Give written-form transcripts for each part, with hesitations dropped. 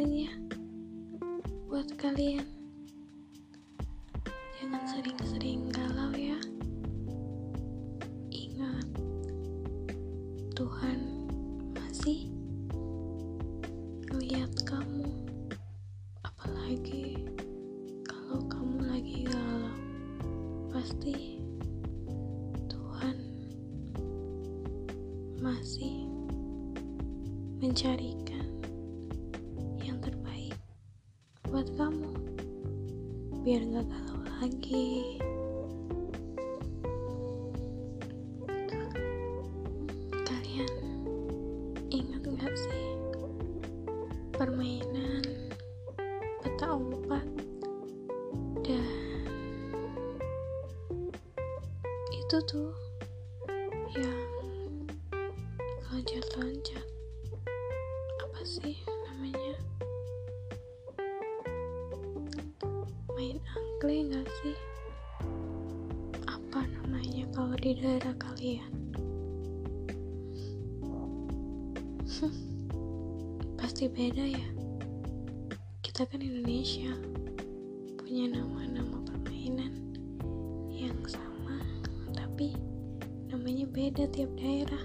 kabarnya buat kalian? Jangan sering-sering galau ya. Ingat, Tuhan masih melihat kamu, apalagi kalau kamu lagi galau. Pasti Tuhan masih mencarikan yang terbaik buat kamu, biar gak galau lagi. Kalian ingat gak sih permainan peta umpet dan itu tuh yang loncat-loncat, apa sih namanya, main angklung gak sih? Apa namanya kalau di daerah kalian? Pasti beda ya. Kita kan Indonesia, punya nama-nama permainan yang sama, tapi namanya beda tiap daerah.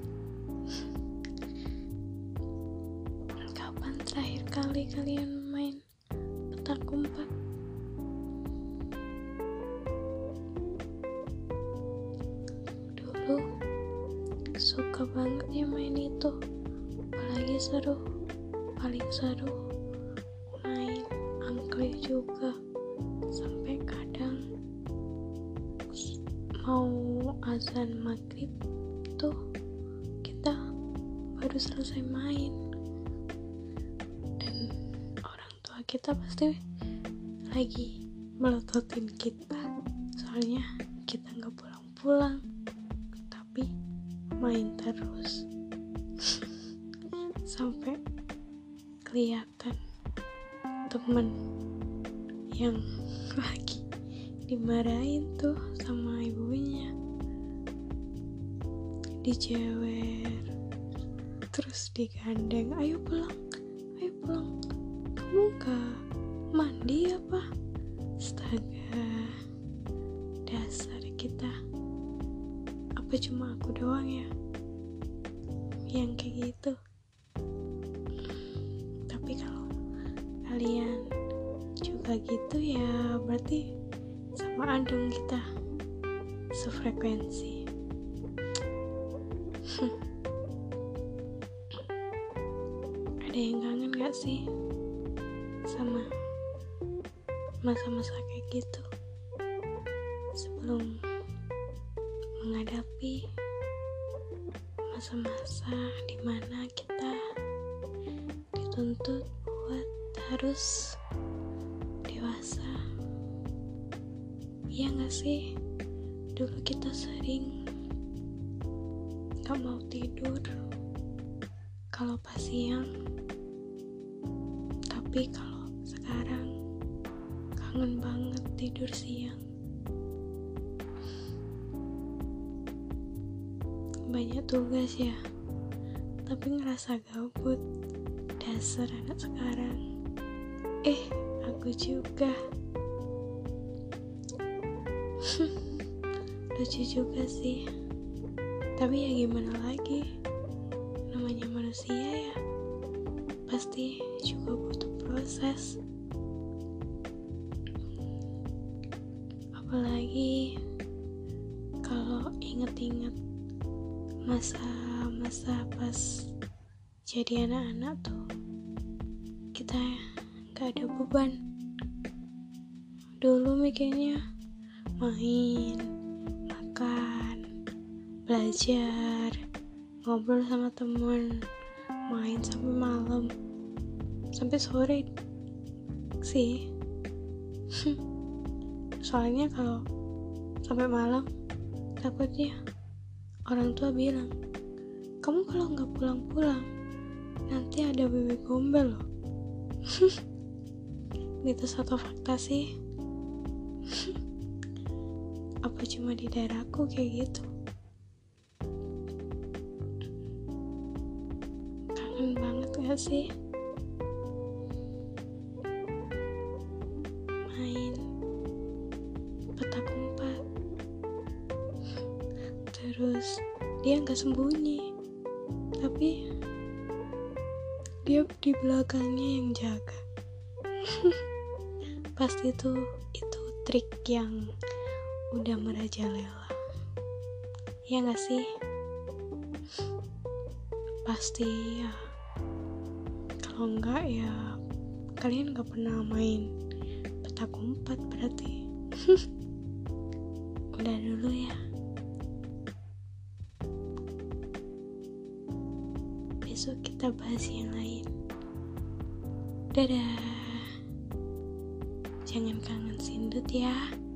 Kapan terakhir kali kalian main petak umpet? Dulu suka banget ya main itu, apalagi paling seru main angklung juga. Sampai kadang mau azan maghrib tuh kita baru selesai main, dan orang tua kita pasti lagi melototin kita, soalnya kita gak pulang-pulang tapi main terus sampai kelihatan temen yang lagi dimarahin tuh sama ibunya, dijewer, terus digandeng, ayo pulang, kamu gak mandi apa? Astaga, dasar kita. Apa cuma aku doang ya yang kayak gitu? Tapi kalau kalian juga gitu ya berarti sama dong kita sefrekuensi. Ada yang kangen gak sih sama masa-masa kayak gitu sebelum menghadapi masa-masa dimana kita dituntut buat harus dewasa? Iya gak sih? Dulu kita sering gak mau tidur kalau pas siang, tapi kalau sekarang kangen banget tidur siang. Banyak tugas ya, tapi ngerasa gabut. Dasar anak sekarang. Aku juga. Lucu juga sih, tapi ya gimana lagi, namanya manusia ya, pasti juga butuh proses. Apalagi kalau inget-inget masa-masa pas jadi anak-anak tuh, kita gak ada beban. Dulu mikirnya main, makan, belajar, ngobrol sama teman, main sampai malam, sampai sore sih. Soalnya kalau sampai malam takutnya orang tua bilang, kamu kalau gak pulang-pulang nanti ada bebek gombel loh. Mitos atau fakta sih? Apa cuma di daerahku kayak gitu? Kangen banget gak sih Terus dia gak sembunyi, tapi dia di belakangnya yang jaga. Pasti itu trik yang udah merajalela. Ya gak sih? Pasti ya. Kalau enggak ya kalian gak pernah main petak umpet berarti. Udah dulu ya. Besok kita bahas yang lain. Dadah. Jangan kangen sindut ya.